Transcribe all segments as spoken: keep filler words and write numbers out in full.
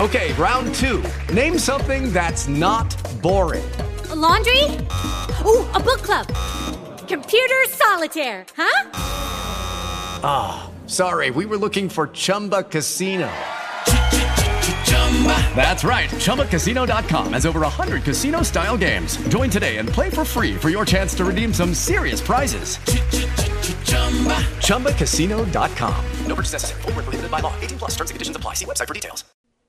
Okay, round two. Name something that's not boring. A laundry? Ooh, a book club. Computer solitaire, huh? Ah, oh, sorry, we were looking for Chumba Casino. That's right, Chumba Casino dot com has over one hundred casino-style games. Join today and play for free for your chance to redeem some serious prizes. Chumba Casino dot com. No purchase necessary. Void where prohibited by law. eighteen plus terms and conditions apply. See website for details.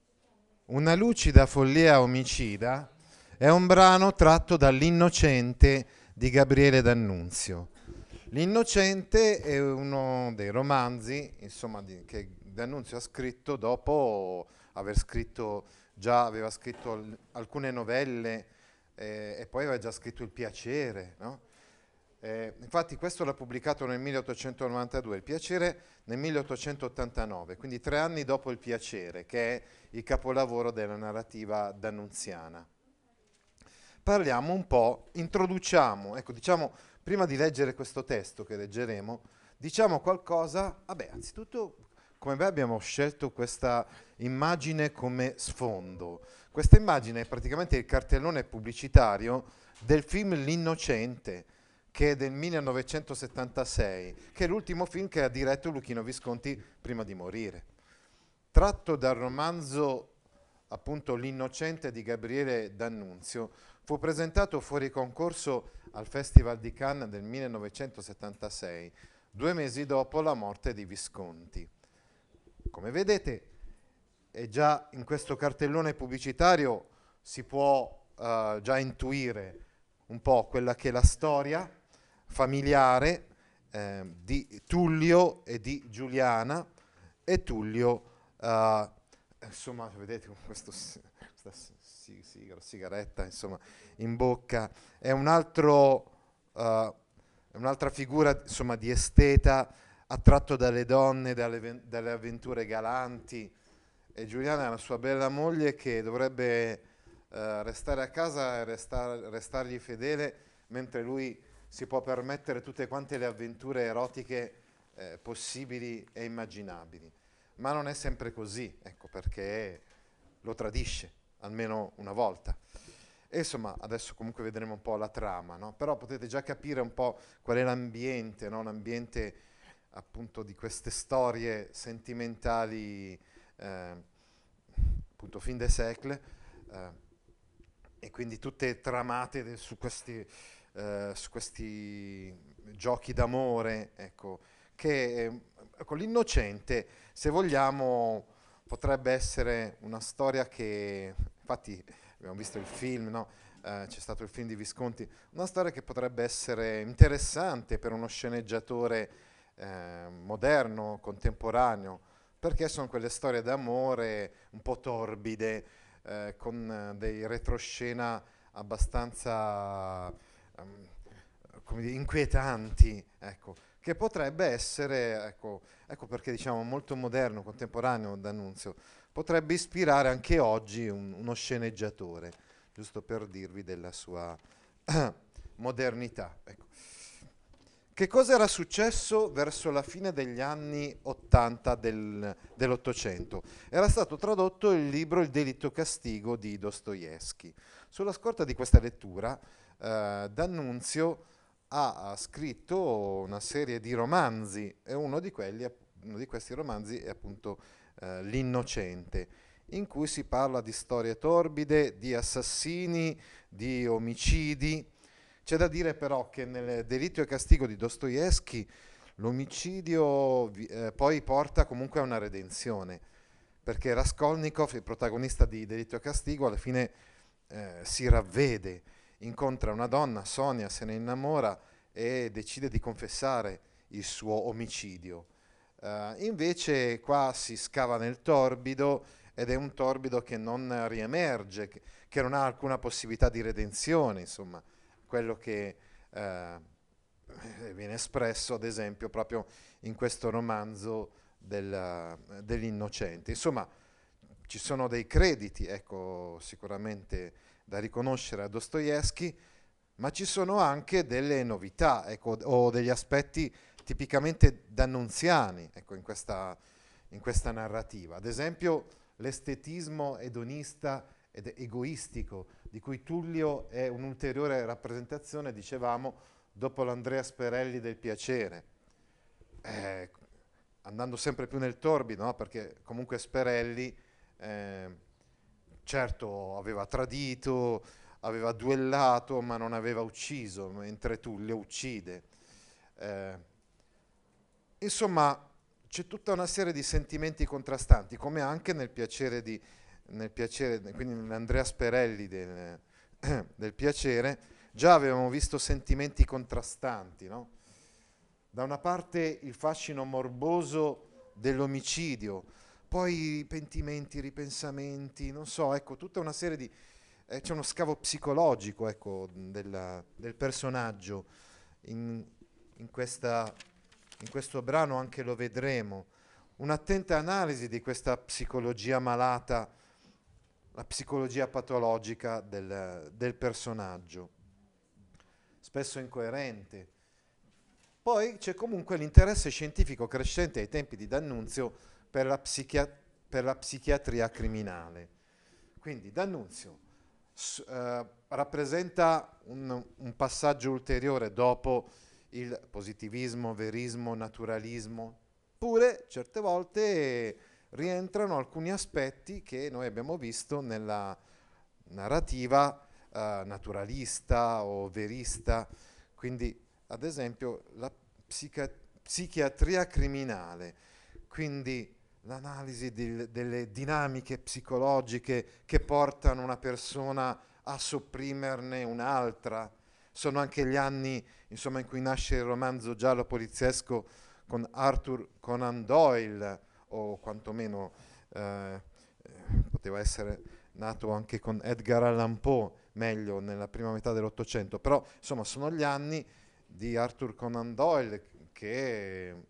Una lucida follia omicida è un brano tratto dall'Innocente di Gabriele D'Annunzio. L'Innocente è uno dei romanzi, insomma, di, che D'Annunzio ha scritto dopo aver scritto, già aveva scritto l- alcune novelle eh, e poi aveva già scritto Il Piacere, no? Eh, infatti questo l'ha pubblicato nel milleottocentonovantadue, Il Piacere nel milleottocentottantanove, quindi tre anni dopo Il Piacere, che è il capolavoro della narrativa d'annunziana. Parliamo un po', introduciamo, ecco, diciamo, prima di leggere questo testo che leggeremo, diciamo qualcosa, vabbè, anzitutto come me abbiamo scelto questa immagine come sfondo. Questa immagine è praticamente il cartellone pubblicitario del film L'Innocente, che è del millenovecentosettantasei, che è l'ultimo film che ha diretto Luchino Visconti prima di morire. Tratto dal romanzo, appunto, L'Innocente di Gabriele D'Annunzio, fu presentato fuori concorso al Festival di Cannes del millenovecentosettantasei, due mesi dopo la morte di Visconti. Come vedete, è già in questo cartellone pubblicitario si può uh, già intuire un po' quella che è la storia familiare eh, di Tullio e di Giuliana, e Tullio, uh, insomma, vedete con questo, questa sig- sig- sigaretta, insomma, in bocca, è un altro, uh, è un'altra figura, insomma, di esteta attratto dalle donne, dalle, dalle avventure galanti, e Giuliana è la sua bella moglie che dovrebbe uh, restare a casa e restar, restargli fedele, mentre lui si può permettere tutte quante le avventure erotiche eh, possibili e immaginabili. Ma non è sempre così, ecco, perché lo tradisce, almeno una volta. E insomma, adesso comunque vedremo un po' la trama, no? Però potete già capire un po' qual è l'ambiente, no? L'ambiente appunto di queste storie sentimentali, eh, appunto fin des siècles, eh, e quindi tutte tramate de- su questi... Uh, su questi giochi d'amore, ecco, che eh, ecco, L'Innocente, se vogliamo, potrebbe essere una storia che, infatti abbiamo visto il film, no? Uh, c'è stato il film di Visconti, una storia che potrebbe essere interessante per uno sceneggiatore eh, moderno, contemporaneo, perché sono quelle storie d'amore un po' torbide, eh, con eh, dei retroscena abbastanza Um, come dire, inquietanti, ecco, che potrebbe essere, ecco, ecco perché diciamo molto moderno, contemporaneo D'Annunzio, potrebbe ispirare anche oggi un, uno sceneggiatore, giusto per dirvi della sua modernità. Ecco. Che cosa era successo verso la fine degli anni ottanta del, dell'Ottocento? Era stato tradotto il libro Il delitto castigo di Dostoevskij. Sulla scorta di questa lettura, Uh, D'Annunzio ha, ha scritto una serie di romanzi, e uno di, quelli, uno di questi romanzi è appunto uh, L'Innocente, in cui si parla di storie torbide, di assassini, di omicidi. C'è da dire però che nel Delitto e Castigo di Dostoevskij l'omicidio eh, poi porta comunque a una redenzione, perché Raskolnikov, il protagonista di Delitto e Castigo, alla fine eh, si ravvede, incontra una donna, Sonia, se ne innamora e decide di confessare il suo omicidio. Uh, invece qua si scava nel torbido, ed è un torbido che non riemerge, che, che non ha alcuna possibilità di redenzione, insomma, quello che uh, viene espresso ad esempio proprio in questo romanzo del, uh, dell'Innocente. Insomma, ci sono dei crediti, ecco, sicuramente da riconoscere a Dostoevskij, ma ci sono anche delle novità, ecco, o degli aspetti tipicamente d'annunziani, ecco, in questa, in questa narrativa. Ad esempio l'estetismo edonista ed egoistico, di cui Tullio è un'ulteriore rappresentazione, dicevamo, dopo l'Andrea Sperelli del piacere. Eh, andando sempre più nel torbido, no? Perché comunque Sperelli, eh, certo, aveva tradito, aveva duellato, ma non aveva ucciso, mentre Tullio uccide. Eh, insomma, c'è tutta una serie di sentimenti contrastanti, come anche nel piacere di, nel piacere, quindi nell'Andrea Sperelli del, del piacere, già avevamo visto sentimenti contrastanti, no? Da una parte il fascino morboso dell'omicidio, poi i pentimenti, i ripensamenti, non so, ecco, tutta una serie di... Eh, c'è uno scavo psicologico, ecco, della, del personaggio. In, in, questa, in questo brano anche lo vedremo. Un'attenta analisi di questa psicologia malata, la psicologia patologica del, del personaggio, spesso incoerente. Poi c'è comunque l'interesse scientifico crescente ai tempi di D'Annunzio per la, psichia- per la psichiatria criminale. Quindi D'Annunzio s- eh, rappresenta un, un passaggio ulteriore dopo il positivismo, verismo, naturalismo. Pure certe volte rientrano alcuni aspetti che noi abbiamo visto nella narrativa eh, naturalista o verista, quindi ad esempio la psica- psichiatria criminale, quindi l'analisi di, delle dinamiche psicologiche che portano una persona a sopprimerne un'altra. Sono anche gli anni, insomma, in cui nasce il romanzo giallo poliziesco con Arthur Conan Doyle, o quantomeno eh, poteva essere nato anche con Edgar Allan Poe, meglio nella prima metà dell'Ottocento, però insomma sono gli anni di Arthur Conan Doyle che eh,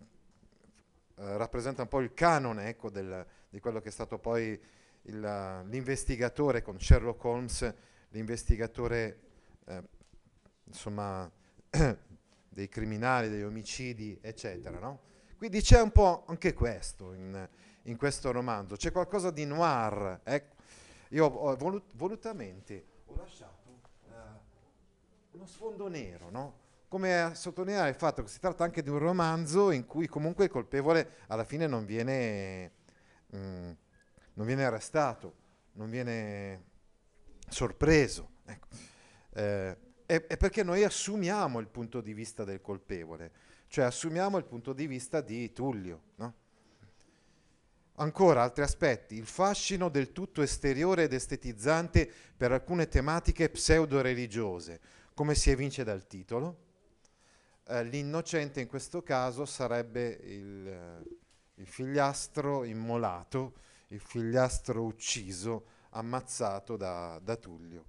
rappresenta un po' il canone, ecco, del, di quello che è stato poi il, l'investigatore con Sherlock Holmes, l'investigatore eh, insomma dei criminali, degli omicidi, eccetera, no? Quindi c'è un po' anche questo in, in questo romanzo, c'è qualcosa di noir, ecco. Io ho volut- volutamente ho lasciato uh, uno sfondo nero, no? Come a sottolineare il fatto che si tratta anche di un romanzo in cui comunque il colpevole alla fine non viene, mm, non viene arrestato, non viene sorpreso. Ecco. Eh, è, è perché noi assumiamo il punto di vista del colpevole, cioè assumiamo il punto di vista di Tullio, no? Ancora altri aspetti, il fascino del tutto esteriore ed estetizzante per alcune tematiche pseudo-religiose, come si evince dal titolo. Eh, l'innocente in questo caso sarebbe il, eh, il figliastro immolato, il figliastro ucciso, ammazzato da, da Tullio.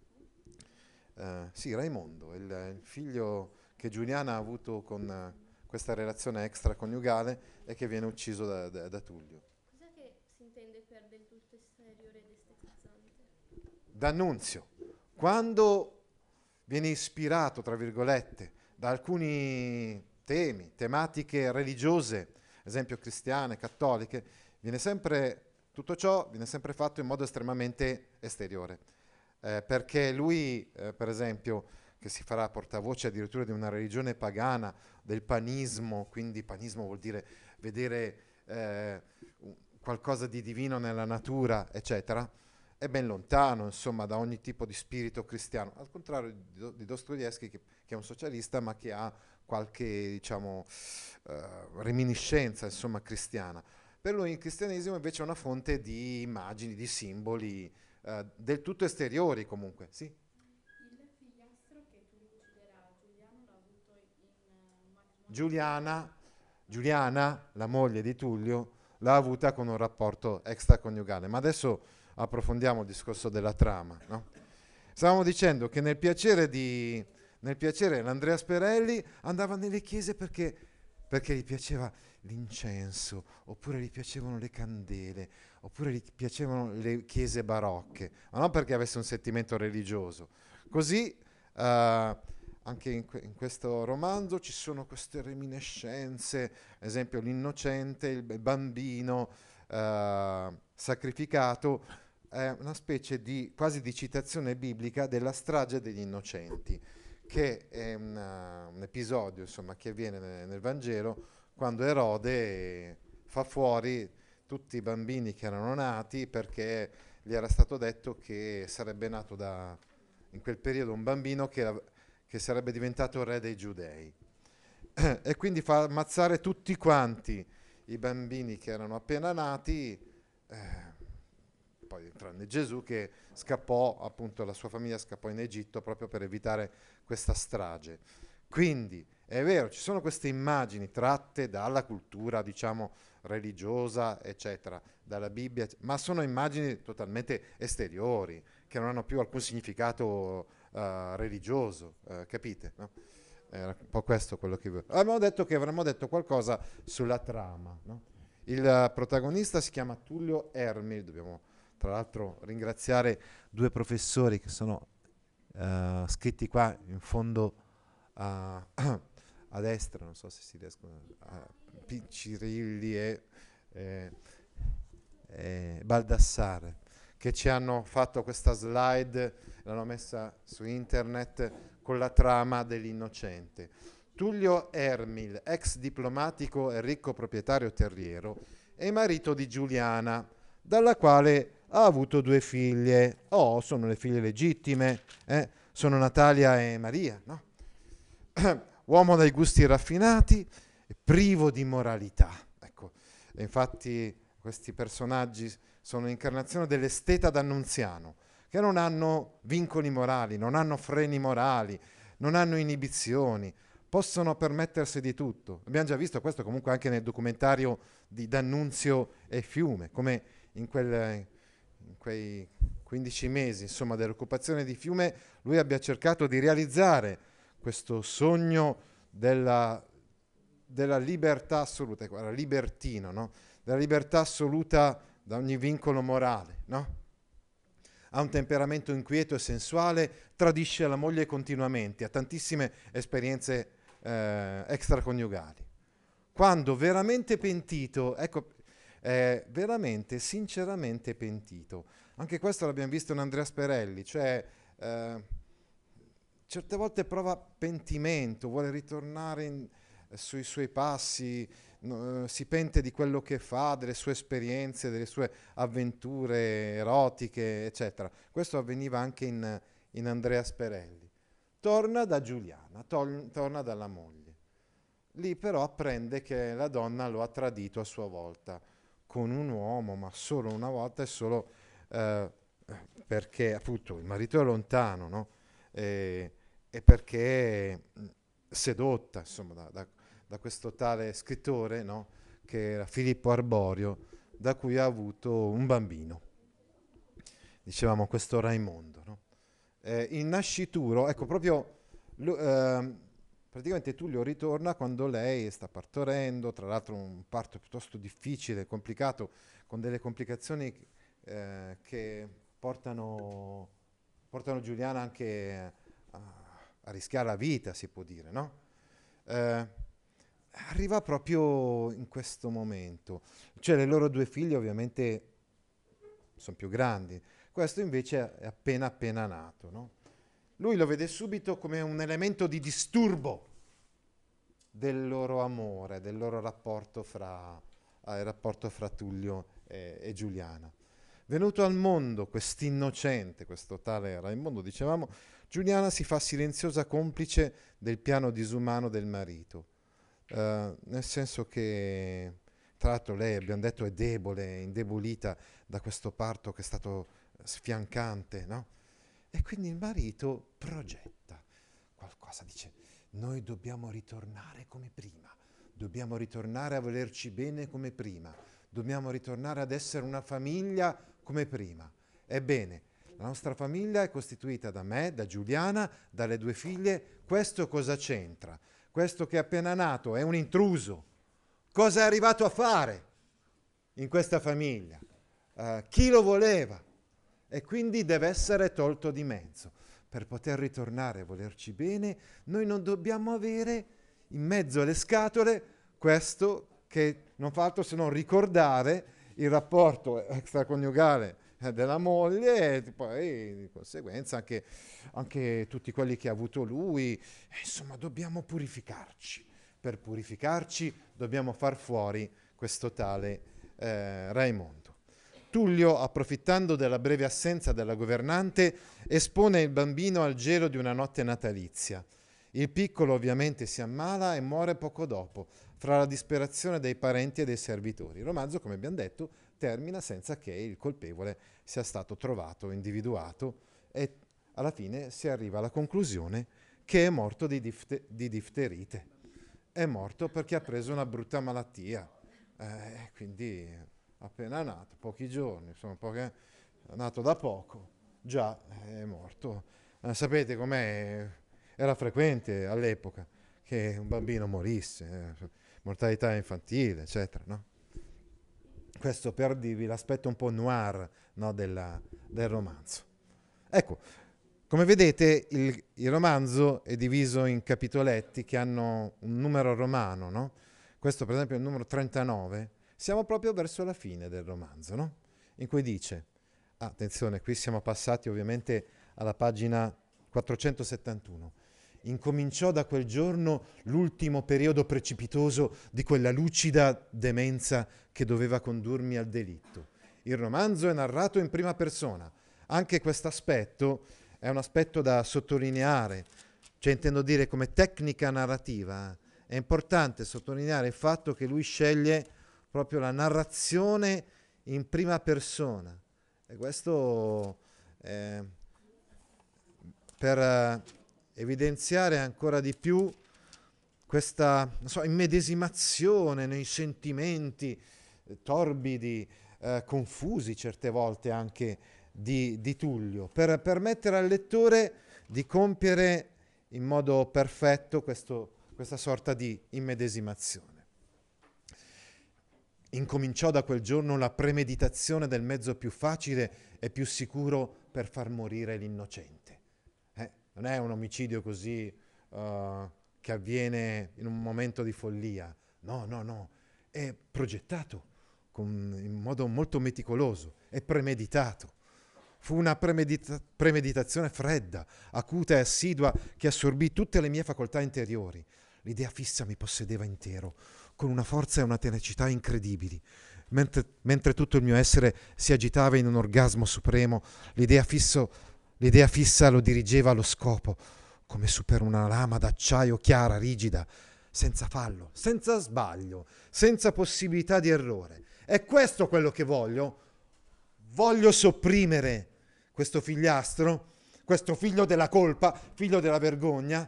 Eh, sì, Raimondo, il, il figlio che Giuliana ha avuto con eh, questa relazione extraconiugale e che viene ucciso da, da, da Tullio. Cos'è che si intende per del tutto esteriore ed estetizzante? D'Annunzio, quando viene ispirato, tra virgolette, da alcuni temi, tematiche religiose, ad esempio cristiane, cattoliche, viene sempre, tutto ciò viene sempre fatto in modo estremamente esteriore. Eh, perché lui, eh, per esempio, che si farà portavoce addirittura di una religione pagana, del panismo, quindi panismo vuol dire vedere eh, qualcosa di divino nella natura, eccetera, è ben lontano, insomma, da ogni tipo di spirito cristiano, al contrario di, di Dostoevskij, che, che è un socialista, ma che ha qualche, diciamo, eh, reminiscenza, insomma, cristiana. Per lui il cristianesimo invece è una fonte di immagini, di simboli, eh, del tutto esteriori comunque, sì? Il figliastro che tu ucciderà, Giuliano l'ha avuto in uh, matrimonio? Giuliana, Giuliana, la moglie di Tullio, l'ha avuta con un rapporto extraconiugale, ma adesso approfondiamo il discorso della trama, no? Stavamo dicendo che nel piacere di nel piacere l'Andrea Sperelli andava nelle chiese perché, perché gli piaceva l'incenso, oppure gli piacevano le candele, oppure gli piacevano le chiese barocche, ma non perché avesse un sentimento religioso. Così uh, anche in, que- in questo romanzo ci sono queste reminiscenze, ad esempio l'innocente, il bambino, eh, sacrificato, è una specie di quasi di citazione biblica della strage degli innocenti, che è una, un episodio insomma, che avviene nel, nel Vangelo quando Erode fa fuori tutti i bambini che erano nati perché gli era stato detto che sarebbe nato da, in quel periodo un bambino che, era, che sarebbe diventato re dei Giudei. E quindi fa ammazzare tutti quanti i bambini che erano appena nati, eh, poi tranne Gesù che scappò, appunto la sua famiglia scappò in Egitto proprio per evitare questa strage. Quindi è vero, ci sono queste immagini tratte dalla cultura, diciamo, religiosa, eccetera, dalla Bibbia, ma sono immagini totalmente esteriori, che non hanno più alcun significato uh, religioso, uh, capite? No? Era un po' questo quello che... Abbiamo detto che avremmo detto qualcosa sulla trama. No? Il uh, protagonista si chiama Tullio Ermil, dobbiamo tra l'altro ringraziare due professori che sono uh, scritti qua in fondo a, a destra, non so se si riescono a Piccirilli e, e, e Baldassare, che ci hanno fatto questa slide, l'hanno messa su internet con la trama dell'innocente. Tullio Ermil, ex diplomatico e ricco proprietario terriero, è marito di Giuliana, dalla quale ha avuto due figlie. Oh, sono le figlie legittime, eh? Sono Natalia e Maria, no? Uomo dai gusti raffinati, privo di moralità. Ecco, e infatti questi personaggi sono l'incarnazione dell'esteta d'Annunziano, che non hanno vincoli morali, non hanno freni morali, non hanno inibizioni, possono permettersi di tutto. Abbiamo già visto questo comunque anche nel documentario di D'Annunzio e Fiume, come in, quel, in quei quindici mesi insomma, dell'occupazione di Fiume lui abbia cercato di realizzare questo sogno della, della libertà assoluta, era libertino, no? Della libertà assoluta da ogni vincolo morale, no? Ha un temperamento inquieto e sensuale, tradisce la moglie continuamente, ha tantissime esperienze eh, extraconiugali. Quando veramente pentito, ecco, eh, veramente, sinceramente pentito, anche questo l'abbiamo visto in Andrea Sperelli, cioè eh, certe volte prova pentimento, vuole ritornare in, eh, sui suoi passi, no, eh, si pente di quello che fa, delle sue esperienze, delle sue avventure erotiche, eccetera. Questo avveniva anche in, in Andrea Sperelli. Torna da Giuliana, tol- torna dalla moglie. Lì però apprende che la donna lo ha tradito a sua volta con un uomo, ma solo una volta e solo eh, perché appunto il marito è lontano, no? E, e perché sedotta insomma da, da, da questo tale scrittore, no? Che era Filippo Arborio, da cui ha avuto un bambino, dicevamo questo Raimondo, no? Eh, il nascituro, ecco proprio lo, eh, praticamente Tullio ritorna quando lei sta partorendo, tra l'altro un parto piuttosto difficile, complicato, con delle complicazioni eh, che portano, portano Giuliana anche a, a rischiare la vita, si può dire, no? Eh, arriva proprio in questo momento. Cioè le loro due figlie ovviamente sono più grandi, questo invece è appena appena nato, no? Lui lo vede subito come un elemento di disturbo del loro amore, del loro rapporto fra, eh, il rapporto fra Tullio e, e Giuliana. Venuto al mondo quest'innocente, questo tale Raimondo, dicevamo, Giuliana si fa silenziosa complice del piano disumano del marito, eh, nel senso che, tra l'altro lei, abbiamo detto, è debole, indebolita da questo parto che è stato sfiancante, no? E quindi il marito progetta qualcosa, dice, noi dobbiamo ritornare come prima, dobbiamo ritornare a volerci bene come prima, dobbiamo ritornare ad essere una famiglia come prima. Ebbene, la nostra famiglia è costituita da me, da Giuliana, dalle due figlie. Questo cosa c'entra? Questo che è appena nato è un intruso. Cosa è arrivato a fare in questa famiglia? Uh, chi lo voleva? E quindi deve essere tolto di mezzo. Per poter ritornare a volerci bene, noi non dobbiamo avere in mezzo alle scatole questo che non fa altro se non ricordare il rapporto extraconiugale della moglie, e poi di conseguenza anche, anche tutti quelli che ha avuto lui. E insomma, dobbiamo purificarci. Per purificarci dobbiamo far fuori questo tale eh, Raimondo. Tullio, approfittando della breve assenza della governante, espone il bambino al gelo di una notte natalizia. Il piccolo ovviamente si ammala e muore poco dopo, fra la disperazione dei parenti e dei servitori. Il romanzo, come abbiamo detto, termina senza che il colpevole sia stato trovato, individuato, e alla fine si arriva alla conclusione che è morto di, difte- di difterite. È morto perché ha preso una brutta malattia. Eh, quindi appena nato, pochi giorni, insomma, poche, nato da poco, già è morto. Eh, sapete com'è? Era frequente all'epoca che un bambino morisse, eh, mortalità infantile, eccetera, no? Questo per dirvi l'aspetto un po' noir, no, della, del romanzo. Ecco, come vedete il, il romanzo è diviso in capitoletti che hanno un numero romano, no? Questo per esempio è il numero trentanove, siamo proprio verso la fine del romanzo, no? In cui dice, ah, attenzione, qui siamo passati ovviamente alla pagina quattrocentosettantuno, incominciò da quel giorno l'ultimo periodo precipitoso di quella lucida demenza che doveva condurmi al delitto. Il romanzo è narrato in prima persona. Anche questo aspetto è un aspetto da sottolineare, cioè intendo dire come tecnica narrativa. È importante sottolineare il fatto che lui sceglie proprio la narrazione in prima persona. E questo eh, per eh, evidenziare ancora di più questa, non so, immedesimazione nei sentimenti eh, torbidi, eh, confusi certe volte anche di, di Tullio, per permettere al lettore di compiere in modo perfetto questo, questa sorta di immedesimazione. Incominciò da quel giorno la premeditazione del mezzo più facile e più sicuro per far morire l'innocente. Eh, non è un omicidio così uh, che avviene in un momento di follia. No, no, no. È progettato con, in modo molto meticoloso, è premeditato. Fu una premedita- premeditazione fredda, acuta e assidua che assorbì tutte le mie facoltà interiori. L'idea fissa mi possedeva intero, con una forza e una tenacità incredibili. Mentre, mentre tutto il mio essere si agitava in un orgasmo supremo, l'idea, fisso, l'idea fissa lo dirigeva allo scopo, come su per una lama d'acciaio chiara, rigida, senza fallo, senza sbaglio, senza possibilità di errore. È questo quello che voglio. Voglio sopprimere questo figliastro, questo figlio della colpa, figlio della vergogna,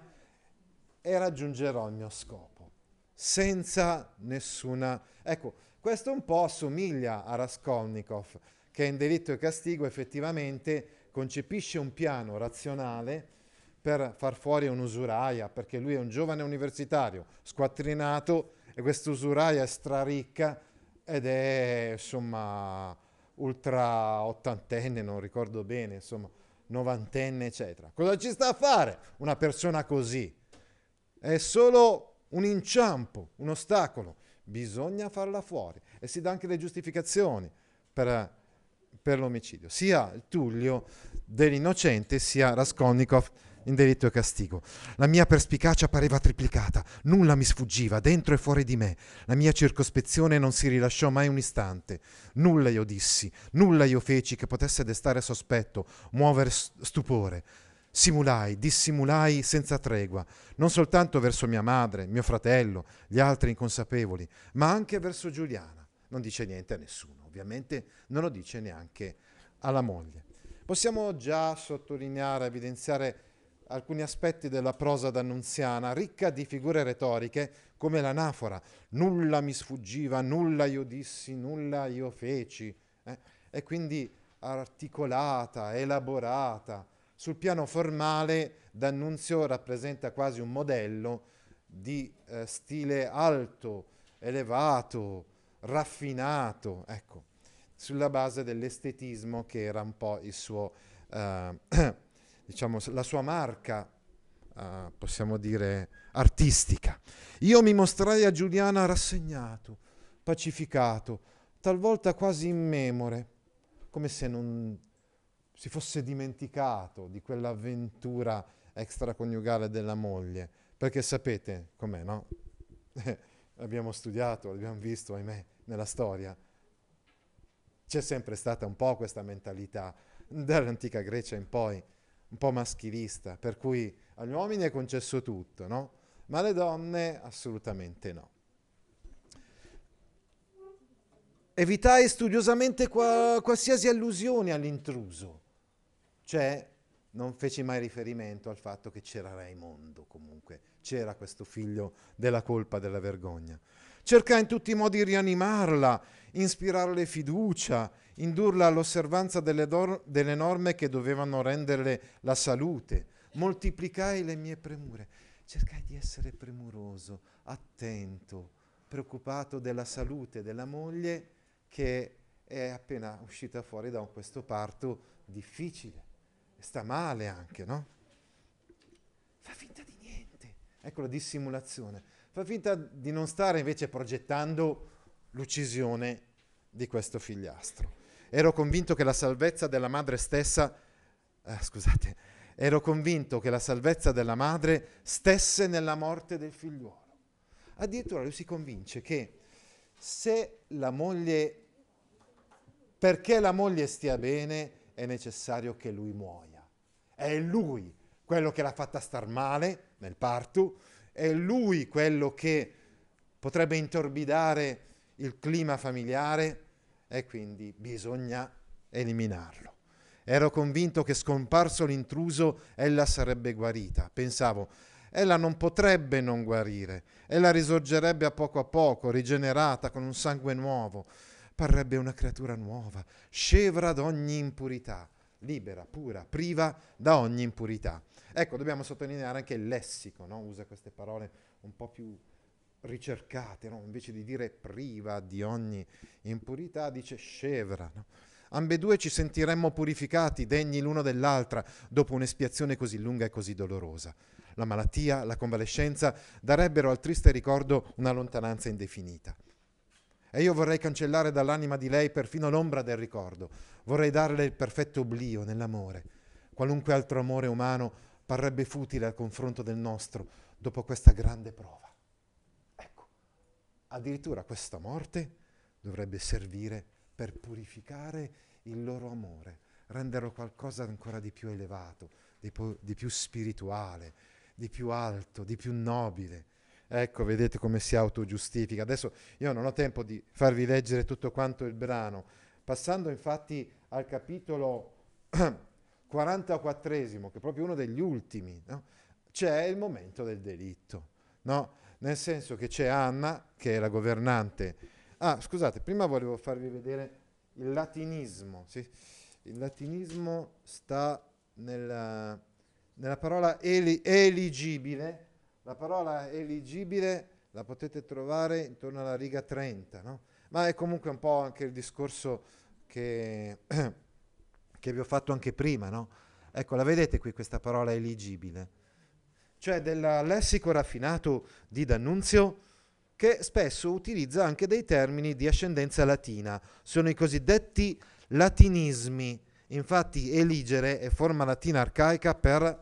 e raggiungerò il mio scopo, senza nessuna... Ecco, questo un po' assomiglia a Raskolnikov, che in Delitto e Castigo effettivamente concepisce un piano razionale per far fuori un'usuraia, perché lui è un giovane universitario squattrinato e questa usuraia è straricca ed è, insomma, ultra ottantenne, non ricordo bene, insomma, novantenne, eccetera. Cosa ci sta a fare una persona così? È solo un inciampo, un ostacolo. Bisogna farla fuori. E si dà anche le giustificazioni per, per l'omicidio. Sia Tullio dell'innocente, sia Raskolnikov in Delitto e Castigo. La mia perspicacia pareva triplicata. Nulla mi sfuggiva, dentro e fuori di me. La mia circospezione non si rilasciò mai un istante. Nulla io dissi, nulla io feci che potesse destare sospetto, muovere stupore. Simulai, dissimulai senza tregua, non soltanto verso mia madre, mio fratello, gli altri inconsapevoli, ma anche verso Giuliana. Non dice niente a nessuno, ovviamente non lo dice neanche alla moglie. Possiamo già sottolineare, evidenziare alcuni aspetti della prosa d'Annunziana, ricca di figure retoriche come l'anafora, nulla mi sfuggiva, nulla io dissi, nulla io feci, eh? E quindi articolata, elaborata. Sul piano formale D'Annunzio rappresenta quasi un modello di eh, stile alto, elevato, raffinato, ecco, sulla base dell'estetismo che era un po' il suo, eh, diciamo, la sua marca, eh, possiamo dire, artistica. Io mi mostrai a Giuliana rassegnato, pacificato, talvolta quasi immemore, come se non si fosse dimenticato di quell'avventura extraconiugale della moglie, perché sapete com'è, no? Abbiamo studiato, abbiamo visto, ahimè, nella storia. C'è sempre stata un po' questa mentalità, dall'antica Grecia in poi, un po' maschilista, per cui agli uomini è concesso tutto, no? Ma alle donne assolutamente no. Evitai studiosamente qua, qualsiasi allusione all'intruso, cioè non feci mai riferimento al fatto che c'era Raimondo, comunque c'era questo figlio della colpa, della vergogna. Cercai in tutti i modi di rianimarla, ispirarle fiducia, indurla all'osservanza delle, dor- delle norme che dovevano renderle la salute. Moltiplicai le mie premure, cercai di essere premuroso, attento, preoccupato della salute della moglie che è appena uscita fuori da questo parto difficile. Sta male anche, no? Fa finta di niente. Ecco la dissimulazione. Fa finta di non stare invece progettando l'uccisione di questo figliastro. Ero convinto che la salvezza della madre stessa, eh, scusate, ero convinto che la salvezza della madre stesse nella morte del figliuolo. Addirittura lui si convince che se la moglie, perché la moglie stia bene, è necessario che lui muoia. È lui quello che l'ha fatta star male nel parto, è lui quello che potrebbe intorbidare il clima familiare e quindi bisogna eliminarlo. Ero convinto che scomparso l'intruso ella sarebbe guarita. Pensavo, ella non potrebbe non guarire, ella risorgerebbe a poco a poco, rigenerata, con un sangue nuovo. Parrebbe una creatura nuova, scevra da ogni impurità, libera, pura, priva da ogni impurità. Ecco, dobbiamo sottolineare anche il lessico, no? Usa queste parole un po' più ricercate, no? Invece di dire priva di ogni impurità, dice scevra, no? Ambedue ci sentiremmo purificati, degni l'uno dell'altra, dopo un'espiazione così lunga e così dolorosa. La malattia, la convalescenza darebbero al triste ricordo una lontananza indefinita. E io vorrei cancellare dall'anima di lei perfino l'ombra del ricordo. Vorrei darle il perfetto oblio nell'amore. Qualunque altro amore umano parrebbe futile al confronto del nostro dopo questa grande prova. Ecco, addirittura questa morte dovrebbe servire per purificare il loro amore, renderlo qualcosa ancora di più elevato, di, po- di più spirituale, di più alto, di più nobile. Ecco, vedete come si autogiustifica. Adesso io non ho tempo di farvi leggere tutto quanto il brano. Passando infatti al capitolo quarantaquattresimo, che è proprio uno degli ultimi, no? C'è il momento del delitto, no? Nel senso che c'è Anna, che è la governante. Ah, scusate, prima volevo farvi vedere il latinismo. Sì? Il latinismo sta nella, nella parola eli, eligibile. La parola eligibile la potete trovare intorno alla riga trenta, no? Ma è comunque un po' anche il discorso che, che vi ho fatto anche prima, no? Ecco, la vedete qui questa parola eligibile? Cioè del lessico raffinato di D'Annunzio, che spesso utilizza anche dei termini di ascendenza latina. Sono i cosiddetti latinismi. Infatti eligere è forma latina arcaica per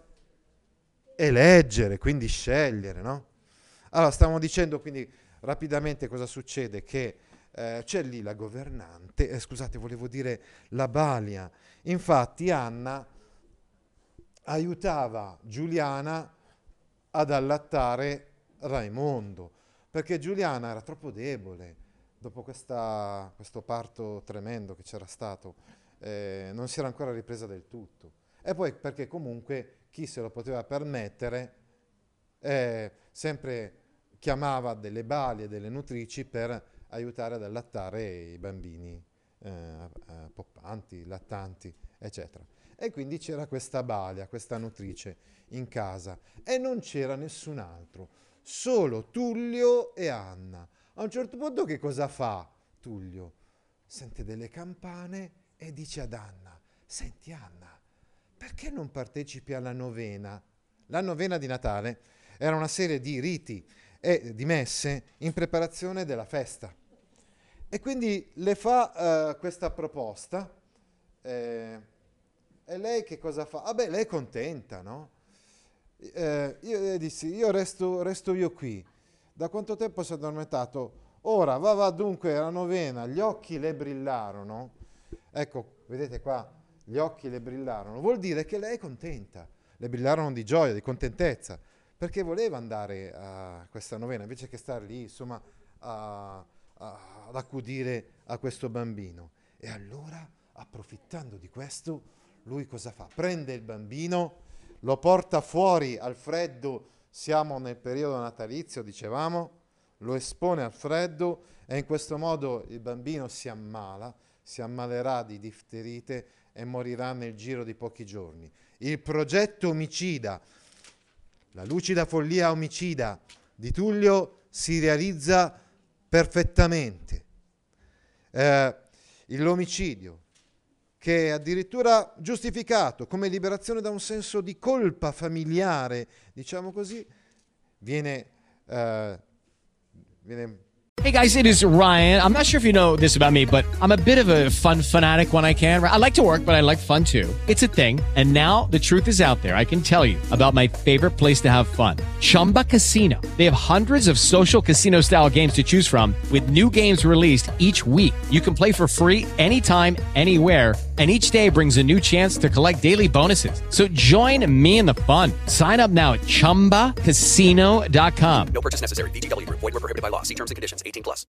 eleggere, quindi scegliere, no? Allora, stavamo dicendo quindi rapidamente cosa succede, che eh, c'è lì la governante, eh, scusate, volevo dire la balia. Infatti Anna aiutava Giuliana ad allattare Raimondo, perché Giuliana era troppo debole dopo questa, questo parto tremendo che c'era stato, eh, non si era ancora ripresa del tutto. E poi perché comunque chi se lo poteva permettere eh, sempre chiamava delle balie, delle nutrici per aiutare ad allattare i bambini eh, eh, poppanti, lattanti, eccetera. E quindi c'era questa balia, questa nutrice in casa e non c'era nessun altro, solo Tullio e Anna. A un certo punto che cosa fa Tullio? Sente delle campane e dice ad Anna: senti Anna, perché non partecipi alla novena? La novena di Natale era una serie di riti e di messe in preparazione della festa. E quindi le fa uh, questa proposta, eh, e lei che cosa fa? Ah beh, lei è contenta, no? Eh, io le dissi, io resto, resto io qui. Da quanto tempo si è addormentato? Ora, va, va, dunque, la novena, gli occhi le brillarono. Ecco, vedete qua, gli occhi le brillarono. Vuol dire che lei è contenta. Le brillarono di gioia, di contentezza, perché voleva andare a questa novena, invece che star lì, insomma, a... ad accudire a questo bambino. E allora, approfittando di questo, lui cosa fa? Prende il bambino, lo porta fuori al freddo, siamo nel periodo natalizio, dicevamo, lo espone al freddo e in questo modo il bambino si ammala, si ammalerà di difterite e morirà nel giro di pochi giorni. Il progetto omicida, la lucida follia omicida di Tullio si realizza perfettamente. Eh, l'omicidio, che è addirittura giustificato come liberazione da un senso di colpa familiare, diciamo così, viene, eh, viene Hey guys, it is Ryan. I'm not sure if you know this about me, but I'm a bit of a fun fanatic when I can. I like to work, but I like fun too. It's a thing. And now the truth is out there. I can tell you about my favorite place to have fun. Chumba Casino. They have hundreds of social casino style games to choose from with new games released each week. You can play for free anytime, anywhere. And each day brings a new chance to collect daily bonuses. So join me in the fun. Sign up now at chumba casino dot com. No purchase necessary. V G W Group. Void where prohibited by law. See terms and conditions. eighteen plus.